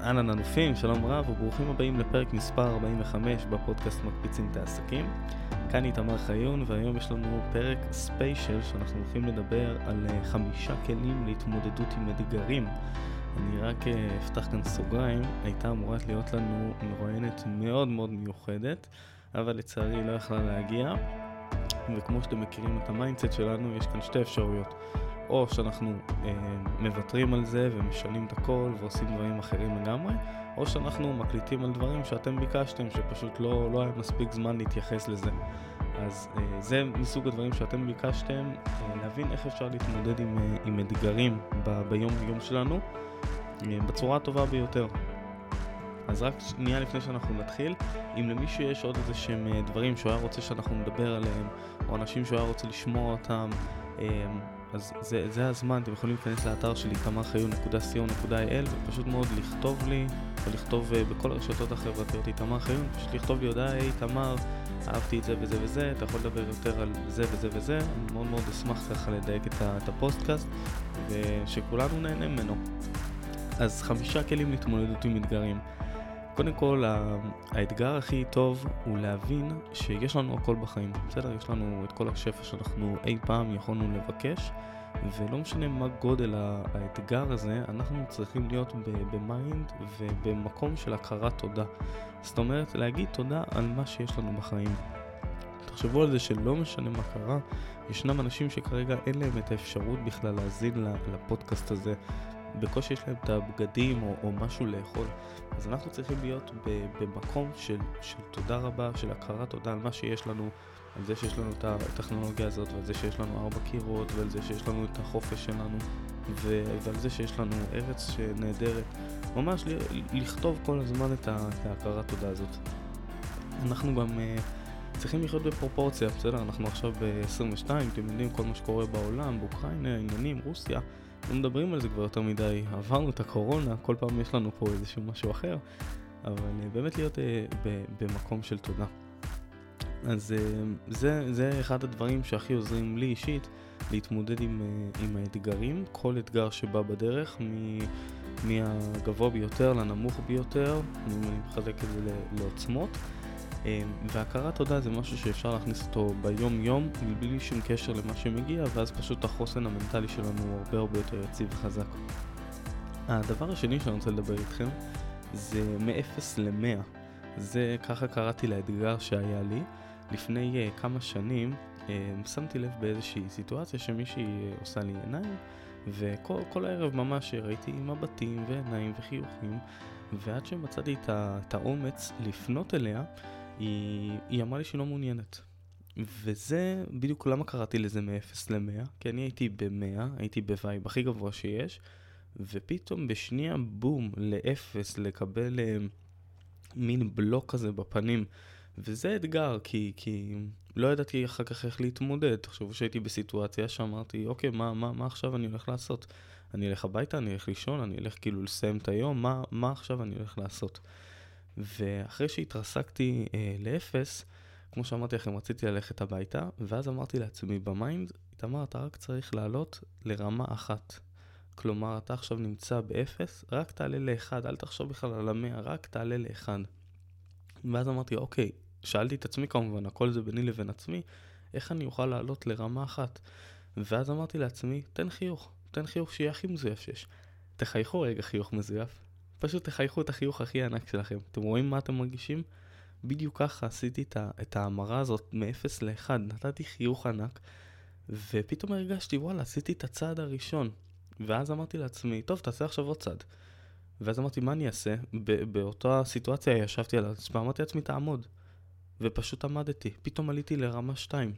אהלן אלופים, שלום רב וברוכים הבאים לפרק מספר 45 בפודקאסט מקפיצים את העסקים. כאן איתמר חיון, והיום יש לנו פרק ספיישל שאנחנו הולכים לדבר על 5 כלים להתמודדות עם אתגרים. אני רק אפתח כאן סוגריים, הייתה אמורה להיות לנו מרואיינת מאוד מאוד מיוחדת, אבל לצערי לא יכלה להגיע. וכמו שאתם מכירים את המיינדסט שלנו, יש כאן 2 אפשרויות. או שאנחנו מוותרים על זה ומשנים את הכל ועושים דברים אחרים לגמרי, או שאנחנו מקליטים על דברים שאתם ביקשתם, שפשוט לא היה מספיק זמן להתייחס לזה. אז זה מסוג הדברים שאתם ביקשתם, להבין איך אפשר להתמודד עם אתגרים ביום שלנו בצורה הטובה ביותר. אז רק שנייה לפני שאנחנו נתחיל, אם למישהו יש עוד איזה שהם דברים שהוא היה רוצה שאנחנו נדבר עליהם, או אנשים שהוא היה רוצה לשמוע אותם, אז זה הזמן. אתם יכולים להיכנס לאתר שלי itamarchayun.co.il ופשוט מאוד לכתוב לי, או לכתוב בכל הרשתות החברתיות איתמר חיון, פשוט לכתוב לי הודעה, היי איתמר, אהבתי את זה וזה וזה, אתה יכול לדבר יותר על זה וזה וזה. אני מאוד מאוד אשמח ככה לדייק את הפודקאסט ושכולנו נהנה ממנו. אז 5 כלים להתמודדות עם אתגרים. קודם כל, האתגר הכי טוב הוא להבין שיש לנו הכל בחיים. בסדר, יש לנו את כל השפע שאנחנו אי פעם יכולנו לבקש, ולא משנה מה גודל האתגר הזה, אנחנו צריכים להיות במיינד ובמקום של הכרת תודה. זאת אומרת, להגיד תודה על מה שיש לנו בחיים. תחשבו על זה שלא משנה מה קרה, ישנם אנשים שכרגע אין להם את האפשרות בכלל להזין לפודקאסט הזה. בקושי יש להם את הבגדים או משהו לאכול. אז אנחנו צריכים להיות במקום של תודה רבה, של הכרת תודה על מה שיש לנו, על זה שיש לנו את הטכנולוגיה הזאת, ועל זה שיש לנו 4 קירות, ועל זה שיש לנו את החופש שלנו, ועל זה שיש לנו ארץ שנהדרת. ממש לכתוב כל הזמן את ההכרת תודה הזאת. אנחנו גם צריכים לחיות בפרופורציה, בסדר? אנחנו עכשיו ב-22, אתם יודעים כל מה שקורה בעולם, באוקראינה, עניינים, רוסיה, לא מדברים על זה כבר יותר מדי, עברנו את הקורונה, כל פעם יש לנו פה איזשהו משהו אחר, אבל באמת להיות במקום של תודה. אז זה אחד הדברים שהכי עוזרים לי אישית להתמודד עם האתגרים, כל אתגר שבא בדרך, מהגבוה ביותר לנמוך ביותר, אני מחלק את זה לעוצמות. והכרת תודה זה משהו שאפשר להכניס אותו ביום יום מבלי שום קשר למה שמגיע, ואז פשוט החוסן המנטלי שלנו הוא הרבה יותר יציב וחזק. הדבר השני שאני רוצה לדבר איתכם זה מ-0 ל-100. זה ככה קראתי לאתגר שהיה לי לפני כמה שנים. שמתי לב באיזושהי סיטואציה שמישהי עושה לי עיניים, וכל הערב ממש ראיתי מבטים ועיניים וחיוכים, ועד שמצאתי את האומץ לפנות אליה, היא אמרה לי שהיא לא מעוניינת. וזה בדיוק למה קראתי לזה מ-0 ל-100, כי אני הייתי ב-100, הייתי בווייב הכי גבוה שיש, ופתאום בשנייה בום ל-0 לקבל מין בלוק כזה בפנים. וזה אתגר, כי לא ידעתי אחר כך איך להתמודד. תחשבו שהייתי בסיטואציה שאמרתי, אוקיי, מה עכשיו אני הולך לעשות? אני אלך הביתה, אני אלך לישון, אני אלך כאילו לסיים את היום, מה עכשיו אני הולך לעשות? ואחרי שהתרסקתי ל-0, כמו שאמרתי לכם, רציתי ללכת הביתה, ואז אמרתי לעצמי במיינד, איתמר, אתה רק צריך לעלות לרמה 1. כלומר, אתה עכשיו נמצא ב-0, רק תעלה ל-1, אל תחשוב בכלל על 100, רק תעלה ל-1. ואז אמרתי, אוקיי, שאלתי את עצמי כמובן, הכל זה ביני לבין עצמי, איך אני אוכל לעלות לרמה 1? ואז אמרתי לעצמי, תן חיוך שיהיה הכי מזויף שיש. תחייכו רגע חיוך מזויף. פשוט תחייכו את החיוך הכי ענק שלכם. אתם רואים מה אתם מרגישים? בדיוק ככה עשיתי את ההמרה הזאת מ-0 ל-1. נתתי חיוך ענק, ופתאום הרגשתי, וואלה, עשיתי את הצעד הראשון. ואז אמרתי לעצמי, טוב, תעשה עכשיו עוד צעד. ואז אמרתי, מה אני אעשה? באותה סיטואציה ישבתי על עצמי, אמרתי לעצמי, תעמוד. ופשוט עמדתי. פתאום עליתי לרמה 2.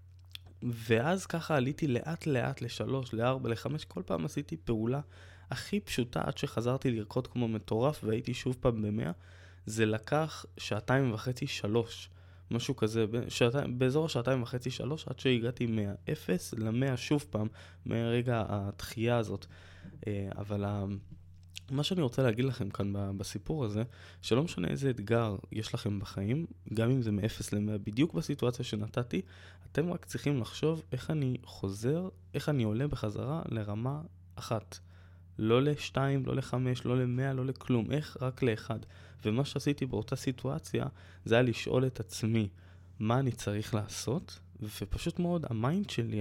ואז ככה עליתי לאט ל-3, ל-4, ל-5, כל פעם עשיתי פעולה הכי פשוטה עד שחזרתי לרקוד כמו מטורף והייתי שוב פעם ב-100. זה לקח 2.5-3, משהו כזה, באזור 2.5-3 עד שהגעתי מה-0 ל-100 שוב פעם, מהרגע התחייה הזאת. אבל מה שאני רוצה להגיד לכם כאן בסיפור הזה, שלא משנה איזה אתגר יש לכם בחיים, גם אם זה מ-0 ל-100, בדיוק בסיטואציה שנתתי, אתם רק צריכים לחשוב איך אני עולה בחזרה לרמה 1. לא ל2, לא ל5, לא ל100, לא לכלום. איך? רק ל1. ומה שעשיתי באותה סיטואציה, זה היה לשאול את עצמי, מה אני צריך לעשות? ופשוט מאוד, המיינד שלי,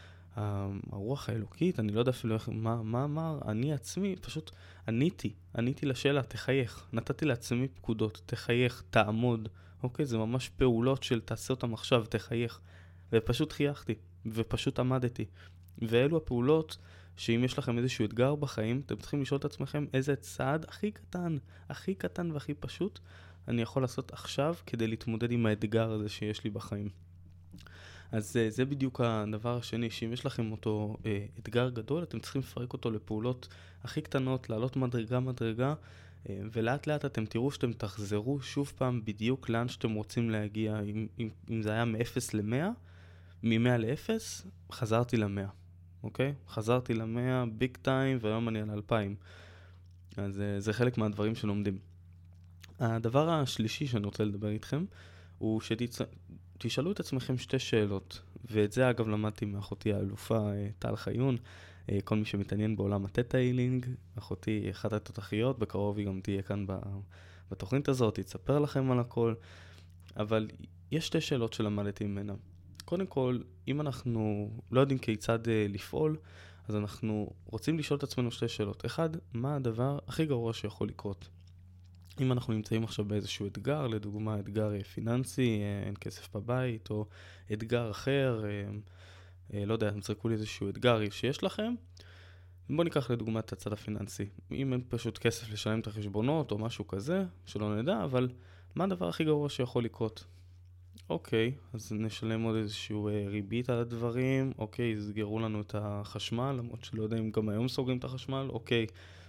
הרוח האלוקית, אני לא יודע אפילו מה אמר, אני עצמי, פשוט עניתי לשאלה, תחייך. נתתי לעצמי פקודות, תחייך, תעמוד. אוקיי, זה ממש פעולות של תעשה אותם עכשיו, תחייך. ופשוט חייכתי, ופשוט עמדתי. ואלו הפעולות שאם יש לכם איזשהו אתגר בחיים, אתם צריכים לשאול את עצמכם איזה צעד הכי קטן והכי פשוט אני יכול לעשות עכשיו כדי להתמודד עם האתגר הזה שיש לי בחיים. אז זה בדיוק הדבר השני, שאם יש לכם אותו אתגר גדול, אתם צריכים לפרק אותו לפעולות הכי קטנות, לעלות מדרגה, ולאט לאט אתם תראו שאתם תחזרו שוב פעם בדיוק לאן שאתם רוצים להגיע. אם זה היה מ-0 ל-100, מ-100 ל-0, חזרתי ל-100. אוקיי? חזרתי ל-100 ביג טיים, והיום אני על 2,000. אז זה חלק מהדברים שלומדים. הדבר השלישי שאני רוצה לדבר איתכם, הוא שתשאלו את עצמכם שתי שאלות, ואת זה אגב למדתי מאחותי האלופה טל חיון, כל מי שמתעניין בעולם הטטה-הילינג, אחותי אחת התותחיות, בקרוב היא גם תהיה כאן בתוכנית הזאת, היא תספר לכם על הכל, אבל יש שתי שאלות שלמדתי ממנה. קודם כל, אם אנחנו לא יודעים כיצד לפעול, אז אנחנו רוצים לשאול את עצמנו שתי שאלות. אחד, מה הדבר הכי גרוע שיכול לקרות? אם אנחנו נמצאים עכשיו באיזשהו אתגר, לדוגמה אתגר פיננסי, אין כסף בבית, או אתגר אחר, לא יודע, תצרקו לי איזשהו אתגר שיש לכם, בואו ניקח לדוגמה את הצד הפיננסי. אם אין פשוט כסף לשלם את החשבונות או משהו כזה, שלא נדע, אבל מה הדבר הכי גרוע שיכול לקרות? אוקיי, אז נשלם עוד איזשהו ריבית על הדברים, אוקיי, יסגרו לנו את החשמל, למרות שלא יודע אם גם היום סוגרים את החשמל, אוקיי,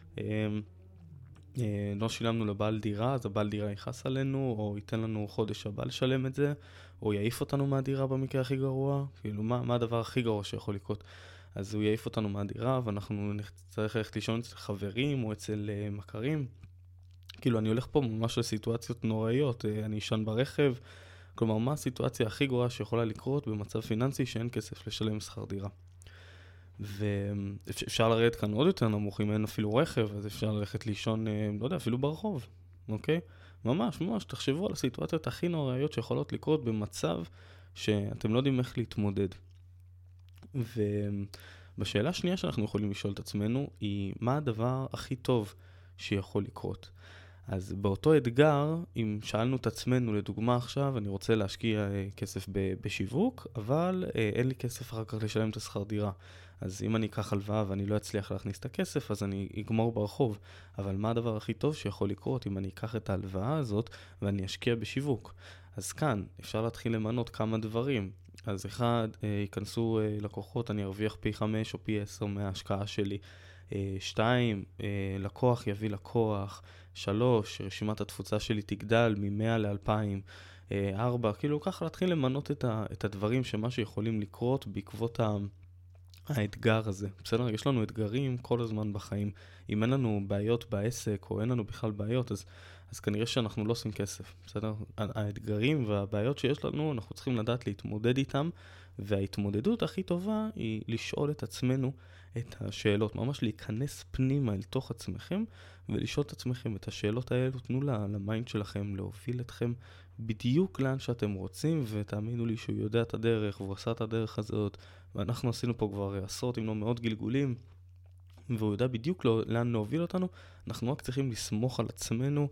לא שילמנו לבעל דירה, אז הבעל דירה יכעס עלינו, או ייתן לנו חודש הבא לשלם את זה, או יעיף אותנו מהדירה במקרה הכי גרוע, כאילו מה הדבר הכי גרוע שיכול לקרות? אז הוא יעיף אותנו מהדירה, ואנחנו נצטרך ללכת לישון אצל חברים או אצל מכרים. כאילו אני הולך פה ממש לסיטואציות נוראיות, אני ישן ברכב, כלומר, מה הסיטואציה הכי גרועה שיכולה לקרות במצב פיננסי שאין כסף לשלם שכר דירה? ואפשר לרדת כאן עוד יותר נמוך, אם אין אפילו רכב, אז אפשר ללכת לישון, לא יודע, אפילו ברחוב, אוקיי? ממש, תחשבו על הסיטואציות הכי נוראיות שיכולות לקרות במצב שאתם לא יודעים איך להתמודד. ובשאלה השנייה שאנחנו יכולים לשאול את עצמנו היא, מה הדבר הכי טוב שיכול לקרות? אז באותו אתגר, אם שאלנו את עצמנו, לדוגמה עכשיו, אני רוצה להשקיע כסף בשיווק, אבל אין לי כסף אחר כך לשלם את השכר דירה. אז אם אני אקח הלוואה ואני לא אצליח להכניס את הכסף, אז אני אגמור ברחוב. אבל מה הדבר הכי טוב שיכול לקרות אם אני אקח את ההלוואה הזאת ואני אשקיע בשיווק? אז כאן אפשר להתחיל למנות כמה דברים. אז אחד, ייכנסו לקוחות, אני ארוויח פי 5 או פי 10 מההשקעה שלי. 2, לקוח יביא לקוח. 3, רשימת התפוצה שלי תגדל מ-100 ל-2,000. 4, כאילו ככה להתחיל למנות את הדברים שמה שיכולים לקרות בעקבות האתגר הזה. בסדר? יש לנו אתגרים כל הזמן בחיים. אם אין לנו בעיות בעסק או אין לנו בכלל בעיות, אז כנראה שאנחנו לא עושים כסף. בסדר? האתגרים והבעיות שיש לנו, אנחנו צריכים לדעת להתמודד איתם, וההתמודדות הכי טובה היא לשאול את עצמנו את השאלות, ממש להיכנס פנימה אל תוך עצמכם, ולשאול את עצמכם את השאלות האלו, תנו למיינד שלכם להוביל אתכם בדיוק לאן שאתם רוצים, ותאמינו לי שהוא יודע את הדרך, והוא עשה את הדרך הזאת, ואנחנו עשינו פה כבר עשרות אם לא מאות גלגולים, והוא יודע בדיוק לאן להוביל אותנו, אנחנו רק צריכים לסמוך על עצמנו,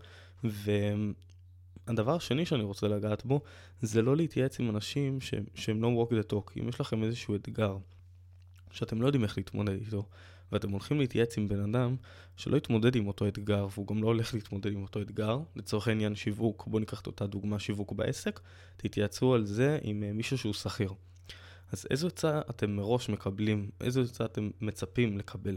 והדבר השני שאני רוצה לגעת בו, זה לא להתייעץ עם אנשים שהם לא walk the talk. אם יש לכם איזשהו אתגר, שאתם לא יודעים איך להתמודד איתו, ואתם הולכים להתייעץ עם בן אדם שלא יתמודד עם אותו אתגר, והוא גם לא הולך להתמודד עם אותו אתגר, לצורך העניין שיווק, בואו ניקח את אותה דוגמה שיווק בעסק, תתייעצו על זה עם מישהו שהוא שכיר. אז איזו עצה אתם מראש מקבלים, איזו עצה אתם מצפים לקבל?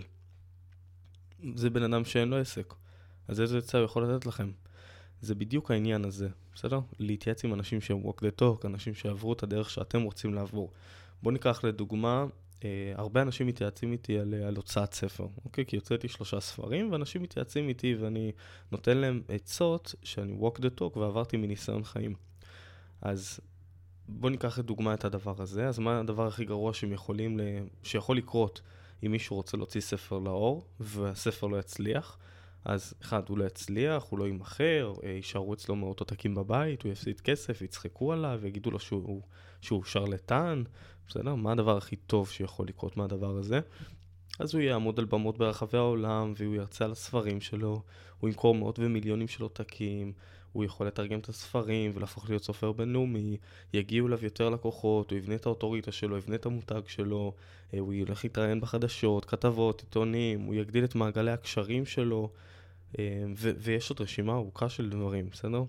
זה בן אדם שאין לו עסק, אז איזו עצה הוא יכול לתת לכם? זה בדיוק העניין הזה, בסדר? להתייעץ עם אנשים שהם walk the talk, אנשים שעברו את הדרך שאתם רוצים לעבור. בואו ניקח לדוגמה, הרבה אנשים מתייעצים איתי על הוצאת ספר, אוקיי? כי יוצאתי 3 ספרים, ואנשים מתייעצים איתי ואני נותן להם עצות שאני walk the talk ועברתי מניסיון חיים. אז בואו ניקח לדוגמה את הדבר הזה. אז מה הדבר הכי גרוע שיכול לקרות אם מישהו רוצה להוציא ספר לאור, והספר לא יצליח, אז אחד, הוא לא יצליח, הוא לא יימחר, יישארו אצלו מאות עותקים בבית, הוא יפסיד כסף, יצחקו עליו, ויגידו לו שהוא שרלטן, בסדר? מה הדבר הכי טוב שיכול לקרות מהדבר הזה? אז הוא יעמוד על במות ברחבי העולם, והוא ירצה על הספרים שלו, הוא ימכור מאות ומיליונים של עותקים, הוא יכול לתרגם את הספרים ולהפוך להיות סופר בינלאומי, יגיעו אליו יותר לקוחות, הוא יבנה את האוטוריטה שלו, יבנה את המותג שלו, הוא ילך להתראיין בחדשות, כתבות, עיתונים, הוא יגדיל את מעגלי הקשרים שלו, ויש עוד רשימה ארוכה של דברים, בסדר?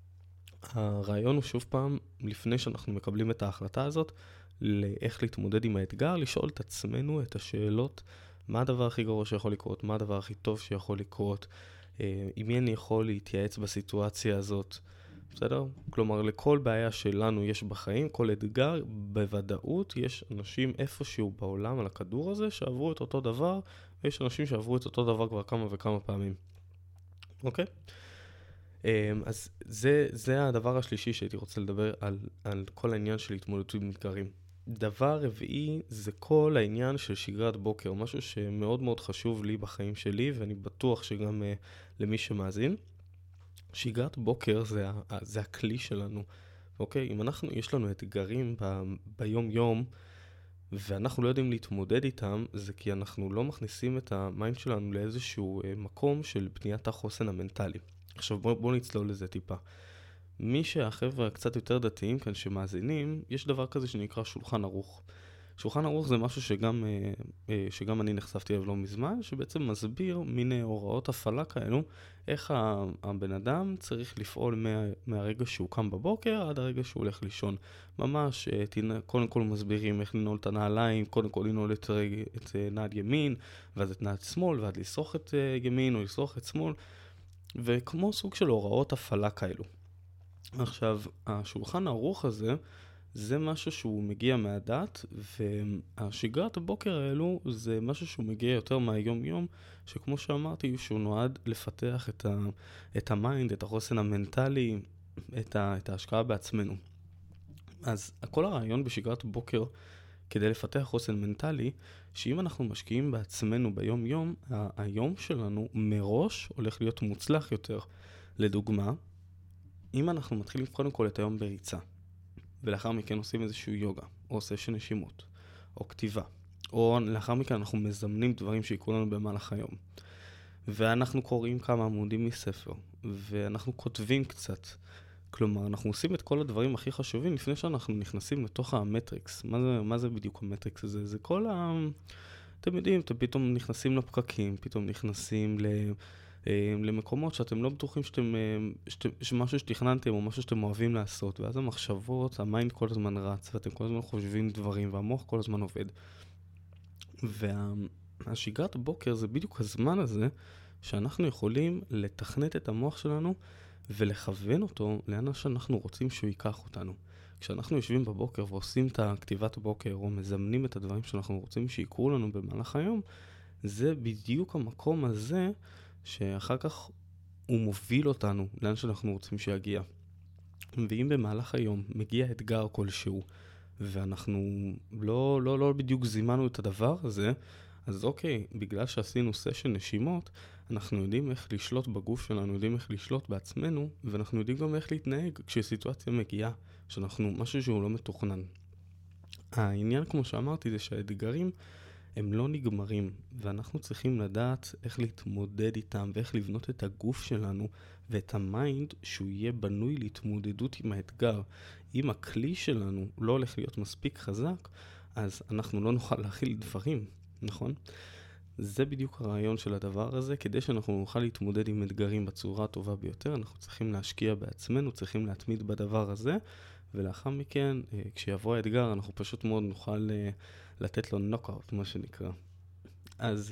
הרעיון הוא שוב פעם, לפני שאנחנו מקבלים את ההחלטה הזאת, לאיך להתמודד עם האתגר, לשאול את עצמנו את השאלות, מה הדבר הכי גרוע שיכול לקרות, מה הדבר הכי טוב שיכול לקרות, עם מי אני יכול להתייעץ בסיטואציה הזאת, בסדר? כלומר, לכל בעיה שלנו יש בחיים, כל אתגר, בוודאות יש אנשים איפשהו בעולם על הכדור הזה שעברו את אותו דבר, ויש אנשים שעברו את אותו דבר כבר כמה וכמה פעמים. אוקיי? אז זה הדבר השלישי שהייתי רוצה לדבר על כל העניין של התמודדות עם אתגרים. דבר רביעי זה כל העניין של שגרת בוקר, משהו שמאוד מאוד חשוב לי בחיים שלי, ואני בטוח שגם למי שמאזין. שגרת בוקר זה הכלי שלנו, אוקיי? אם יש לנו אתגרים ביום יום, ואנחנו לא יודעים להתמודד איתם, זה כי אנחנו לא מכניסים את המיינד שלנו לאיזשהו מקום של בניית החוסן המנטלי. עכשיו בואו נצלול לזה טיפה. מי שהחבר'ה קצת יותר דתיים כאן שמאזינים, יש דבר כזה שנקרא שולחן ערוך. שולחן ערוך זה משהו שגם אני נחשפתי אליו לא מזמן, שבעצם מסביר מיני הוראות הפעלה כאלו, איך הבן אדם צריך לפעול מהרגע שהוא קם בבוקר עד הרגע שהוא הולך לישון. ממש, קודם כל מסבירים איך לנעול את הנעליים, קודם כל לנעול את נעל ימין, ואז את נעל שמאל, ועד לסרוך את ימין או לסרוך את שמאל, וכמו סוג של הוראות הפעלה כאלו. עכשיו, השולחן הערוך הזה, זה משהו שהוא מגיע מהדת, והשגרת הבוקר האלו זה משהו שהוא מגיע יותר מהיום יום, שכמו שאמרתי, שהוא נועד לפתח את המיינד, את החוסן המנטלי, את ההשקעה בעצמנו. אז כל הרעיון בשגרת בוקר, כדי לפתח חוסן מנטלי, שאם אנחנו משקיעים בעצמנו ביום יום, היום שלנו מראש הולך להיות מוצלח יותר. לדוגמה, אם אנחנו מתחילים קודם כל את היום בריצה, ולאחר מכן עושים איזשהו יוגה, או סשן נשימות, או כתיבה, או לאחר מכן אנחנו מזמנים דברים שיקרו לנו במהלך היום, ואנחנו קוראים כמה עמודים מספר, ואנחנו כותבים קצת, כלומר אנחנו עושים את כל הדברים הכי חשובים לפני שאנחנו נכנסים לתוך המטריקס. מה זה בדיוק המטריקס הזה? זה כל אתם יודעים, אתם פתאום נכנסים לפקקים, פתאום נכנסים למקומות שאתם לא בטוחים שמשהו שתכננתם או משהו שאתם אוהבים לעשות, ואז המחשבות, המיינד כל הזמן רץ, ואתם כל הזמן חושבים דברים, והמוח כל הזמן עובד. והשגרת הבוקר זה בדיוק הזמן הזה שאנחנו יכולים לתכנת את המוח שלנו ולכוון אותו לאן שאנחנו רוצים שהוא ייקח אותנו. כשאנחנו יושבים בבוקר ועושים את הכתיבת בוקר או מזמנים את הדברים שאנחנו רוצים שיקרו לנו במהלך היום, זה בדיוק המקום הזה שאחר כך הוא מוביל אותנו לאן שאנחנו רוצים שיגיע. ואם במהלך היום מגיע אתגר כלשהו, ואנחנו לא בדיוק זימנו את הדבר הזה, אז אוקיי, בגלל שעשינו סשן נשימות, אנחנו יודעים איך לשלוט בגוף שלנו, יודעים איך לשלוט בעצמנו, ואנחנו יודעים גם איך להתנהג כשסיטואציה מגיעה, שאנחנו משהו שהוא לא מתוכנן. העניין, כמו שאמרתי, זה שהאתגרים הם לא נגמרים, ואנחנו צריכים לדעת איך להתמודד איתם, ואיך לבנות את הגוף שלנו, ואת המיינד שהוא יהיה בנוי להתמודדות עם האתגר. אם הכלי שלנו לא הולך להיות מספיק חזק, אז אנחנו לא נוכל להכיל דברים, נכון? זה בדיוק הרעיון של הדבר הזה. כדי שאנחנו נוכל להתמודד עם אתגרים בצורה הטובה ביותר, אנחנו צריכים להשקיע בעצמנו, צריכים להתמיד בדבר הזה, ולאחר מכן, כשיבוא האתגר, אנחנו פשוט מאוד נוכל לתת לו נוקאוט, מה שנקרא. אז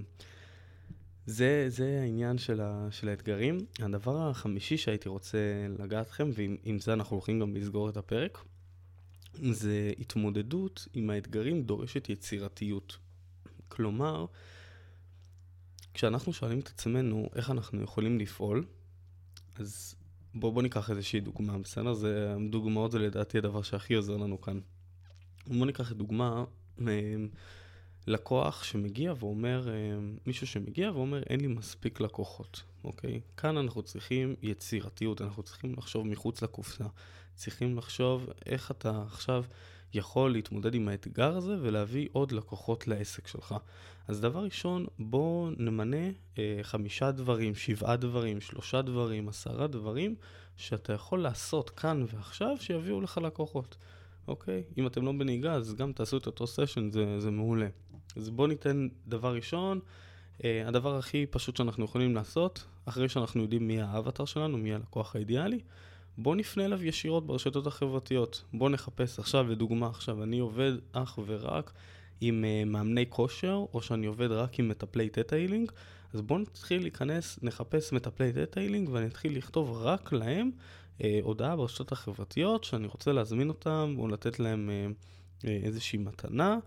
זה העניין של האתגרים. הדבר החמישי שהייתי רוצה לגעת לכם, ועם זה אנחנו הולכים גם לסגור את הפרק, זה התמודדות עם האתגרים דורשת יצירתיות. כלומר, כשאנחנו שואלים את עצמנו איך אנחנו יכולים לפעול, אז בואו ניקח איזושהי דוגמה, בסדר? דוגמאות זה לדעתי הדבר שהכי עוזר לנו כאן. בואו ניקח דוגמה, לקוח שמגיע ואומר, מישהו שמגיע ואומר, אין לי מספיק לקוחות, אוקיי? כאן אנחנו צריכים יצירתיות, אנחנו צריכים לחשוב מחוץ לקופסה, צריכים לחשוב איך אתה עכשיו יכול להתמודד עם האתגר הזה ולהביא עוד לקוחות לעסק שלך. אז דבר ראשון, בוא נמנה 5 דברים, 7 דברים, 3 דברים, 10 דברים שאתה יכול לעשות כאן ועכשיו שיביאו לך לקוחות. אוקיי? אם אתם לא בנהיגה, אז גם תעשו את אותו סשן, זה מעולה. אז בואו ניתן דבר ראשון, הדבר הכי פשוט שאנחנו יכולים לעשות, אחרי שאנחנו יודעים מי האבטר שלנו, מי הלקוח האידיאלי, בואו נפנה אליו ישירות ברשתות החברתיות. בואו נחפש עכשיו, לדוגמה, עכשיו אני עובד אך ורק עם מאמני כושר, או שאני עובד רק עם מטפלי טטאילינג, אז בואו נתחיל להיכנס, נחפש מטפלי טטאילינג, ואני אתחיל לכתוב רק להם הודעה ברשתות החברתיות, שאני רוצה להזמין אותם, או לתת להם איזושהי מתנה,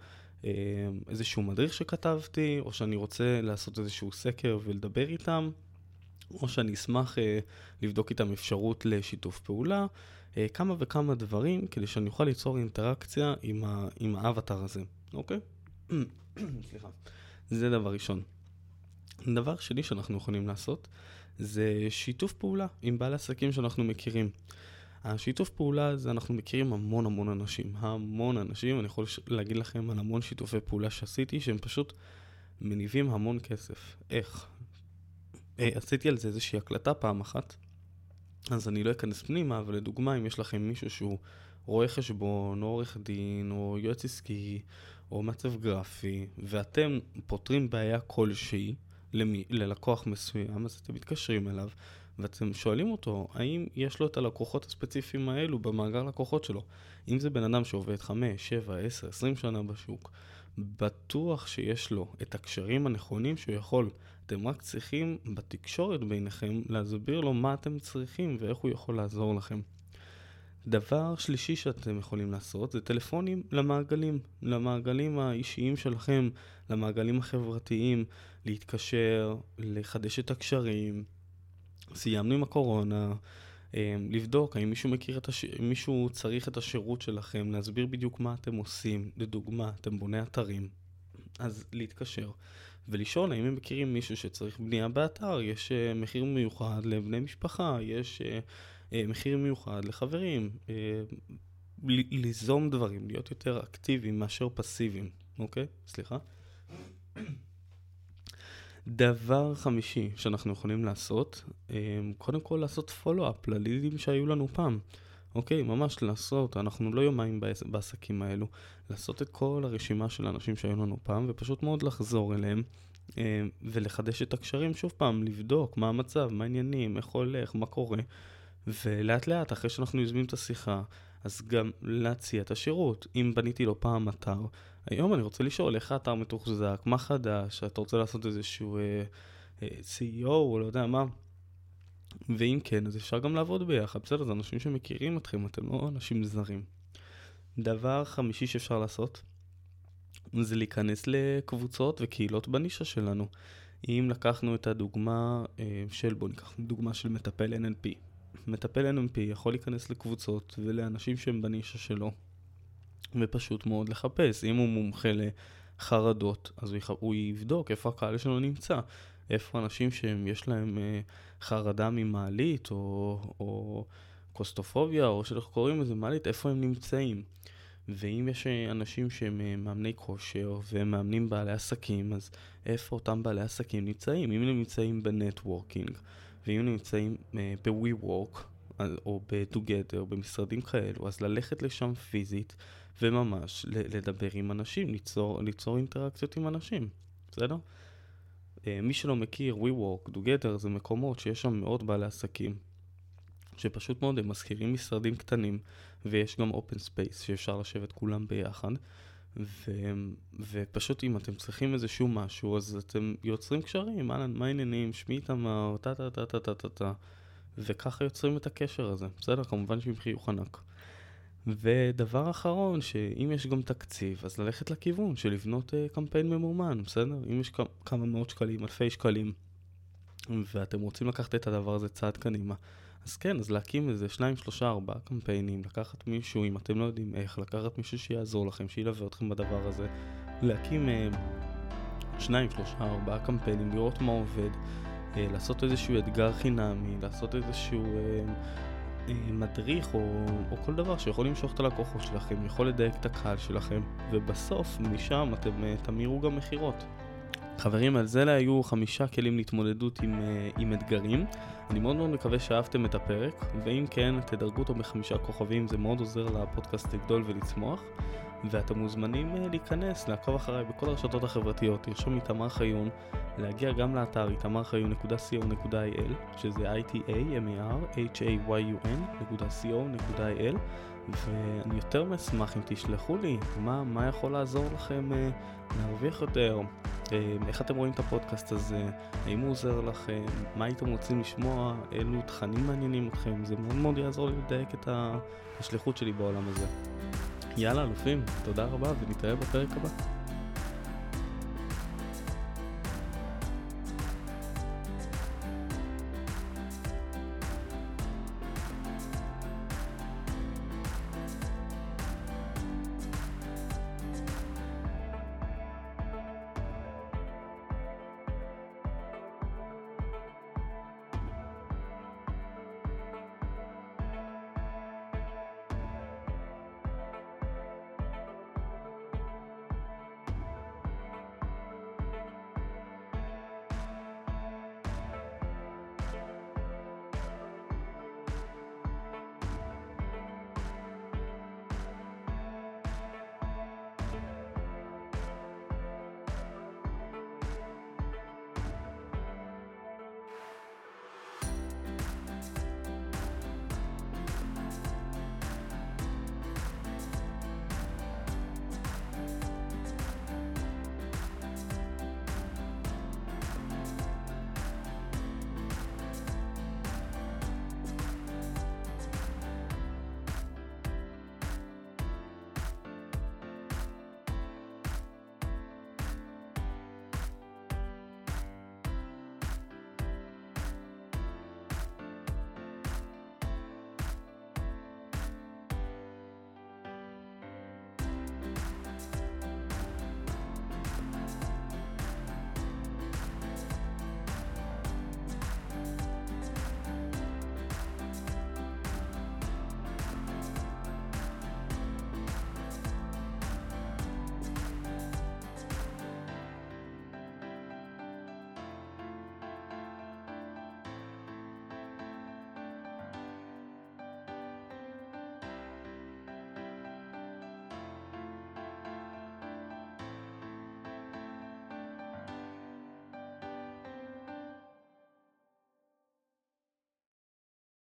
איזשהו מדריך שכתבתי, או שאני רוצה לעשות איזשהו סקר ולדבר איתם, או שאני אשמח לבדוק איתם אפשרות לשיתוף פעולה, כמה וכמה דברים, כדי שאני אוכל ליצור אינטראקציה עם האבטר הזה, אוקיי? סליחה. זה דבר ראשון. דבר שני שאנחנו יכולים לעשות, זה שיתוף פעולה עם בעלי עסקים שאנחנו מכירים. השיתוף פעולה הזה, אנחנו מכירים המון אנשים, אני יכול להגיד לכם על המון שיתופי פעולה שעשיתי, שהם פשוט מניבים המון כסף. איך? עשיתי על זה איזושהי הקלטה פעם אחת, אז אני לא אכנס פנימה, אבל לדוגמה, אם יש לכם מישהו שהוא רואה חשבון, או עורך דין, או יועץ עסקי, או מעצב גרפי, ואתם פותרים בעיה כלשהי ללקוח מסוים, אז אתם מתקשרים אליו, ואתם שואלים אותו, האם יש לו את הלקוחות הספציפיים האלו במאגר לקוחות שלו? אם זה בן אדם שעובד 5, 7, 10, 20 שנה בשוק, בטוח שיש לו את הקשרים הנכונים שהוא יכול. אתם רק צריכים בתקשורת ביניכם להסביר לו מה אתם צריכים ואיך הוא יכול לעזור לכם. דבר שלישי שאתם יכולים לעשות זה טלפונים למעגלים האישיים שלכם, למעגלים החברתיים, להתקשר, לחדש את הקשרים. סיימנו עם הקורונה, לבדוק האם מישהו צריך את השירות שלכם, להסביר בדיוק מה אתם עושים. לדוגמה, אתם בוני אתרים, אז להתקשר ולשאול האם הם מכירים מישהו שצריך בנייה באתר, יש מחיר מיוחד לבני משפחה, יש מחיר מיוחד לחברים, ליזום דברים, להיות יותר אקטיביים מאשר פסיביים, אוקיי? סליחה. דבר חמישי שאנחנו יכולים לעשות, קודם כל לעשות פולו-אפ ללידים שהיו לנו פעם. אוקיי, ממש לעשות, אנחנו לא יומיים בעסקים האלו, לעשות את כל הרשימה של האנשים שהיו לנו פעם, ופשוט מאוד לחזור אליהם, ולחדש את הקשרים שוב פעם, לבדוק מה המצב, מה העניינים, איך הולך, מה קורה, ולאט לאט, אחרי שאנחנו יוזמים את השיחה, אז גם להציע את השירות. אם בניתי לו פעם אתר, היום אני רוצה לשאול איך האתר מתוחזק, מה חדש, אתה רוצה לעשות איזשהו CEO או לא יודע מה, ואם כן, אז אפשר גם לעבוד ביחד. בסדר, זה אנשים שמכירים אתכם, אתם לא אנשים זרים. דבר חמישי שאפשר לעשות, זה להיכנס לקבוצות וקהילות בנישה שלנו. אם לקחנו את הדוגמה בוא ניקח דוגמה של מטפל NLP. מטפל NLP יכול להיכנס לקבוצות ולאנשים שהם בנישה שלו, ופשוט מאוד לחפש. אם הוא מומחה לחרדות, אז הוא יבדוק איפה הקהל שלו נמצא. איפה אנשים שיש להם חרדה ממעלית, או קוסטופוביה, או שאנחנו קוראים לזה מעלית, איפה הם נמצאים. ואם יש אנשים שהם מאמני כושר, והם מאמנים בעלי עסקים, אז איפה אותם בעלי עסקים נמצאים? אם הם נמצאים בנטוורקינג, ואם הם נמצאים ב-WeWork, או ב-Together, או במשרדים כאלו, אז ללכת לשם פיזית, וממש לדבר עם אנשים, ליצור אינטראקציות עם אנשים. בסדר? מי שלא מכיר, WeWork, Together, זה מקומות שיש שם מאוד בעלי עסקים, שפשוט מאוד הם מזכירים משרדים קטנים, ויש גם open space שאפשר לשבת כולם ביחד, ופשוט אם אתם צריכים איזשהו משהו, אז אתם יוצרים קשרים, מה העניינים, שמי תמר, וככה יוצרים את הקשר הזה. בסדר, כמובן שעם חיוך ענק. ודבר אחרון, שאם יש גם תקציב, אז ללכת לכיוון של לבנות קמפיין ממומן, בסדר? אם יש כמה מאות שקלים, אלפי שקלים, ואתם רוצים לקחת את הדבר הזה צעד קדימה, אז כן, אז להקים איזה 2, 3, 4 קמפיינים, לקחת מישהו, אם אתם לא יודעים איך, לקחת מישהו שיעזור לכם, שילווה אתכם בדבר הזה, להקים 2, 3, 4 קמפיינים, לראות מה עובד, לעשות איזשהו אתגר חינמי, לעשות איזשהו מדריך או כל דבר שיכול למשוך את הלקוחות שלכם, יכול לדייק את הקהל שלכם, ובסוף משם אתם תמירו גם מחירות. חברים, על זה היו 5 כלים להתמודדות עם אתגרים. אני מאוד מאוד מקווה שאהבתם את הפרק, ואם כן, תדרגו אותו ב5 כוכבים, זה מאוד עוזר לפודקאסט לגדול ולצמוח. ואתם מוזמנים להיכנס, לעקוב אחריי בכל הרשתות החברתיות, תרשום איתמר חיון, להגיע גם לאתר itamarchayun.co.il, שזה itamarchayun.co.il, ואני יותר משמח אם תשלחו לי מה יכול לעזור לכם להרוויח יותר, איך אתם רואים את הפודקאסט הזה, האם הוא עוזר לכם, מה הייתם רוצים לשמוע, אילו תכנים מעניינים אתכם, זה מאוד מאוד יעזור לי לדייק את השליחות שלי בעולם הזה. יאללה אלופים, תודה רבה ונתראה בפרק הבא.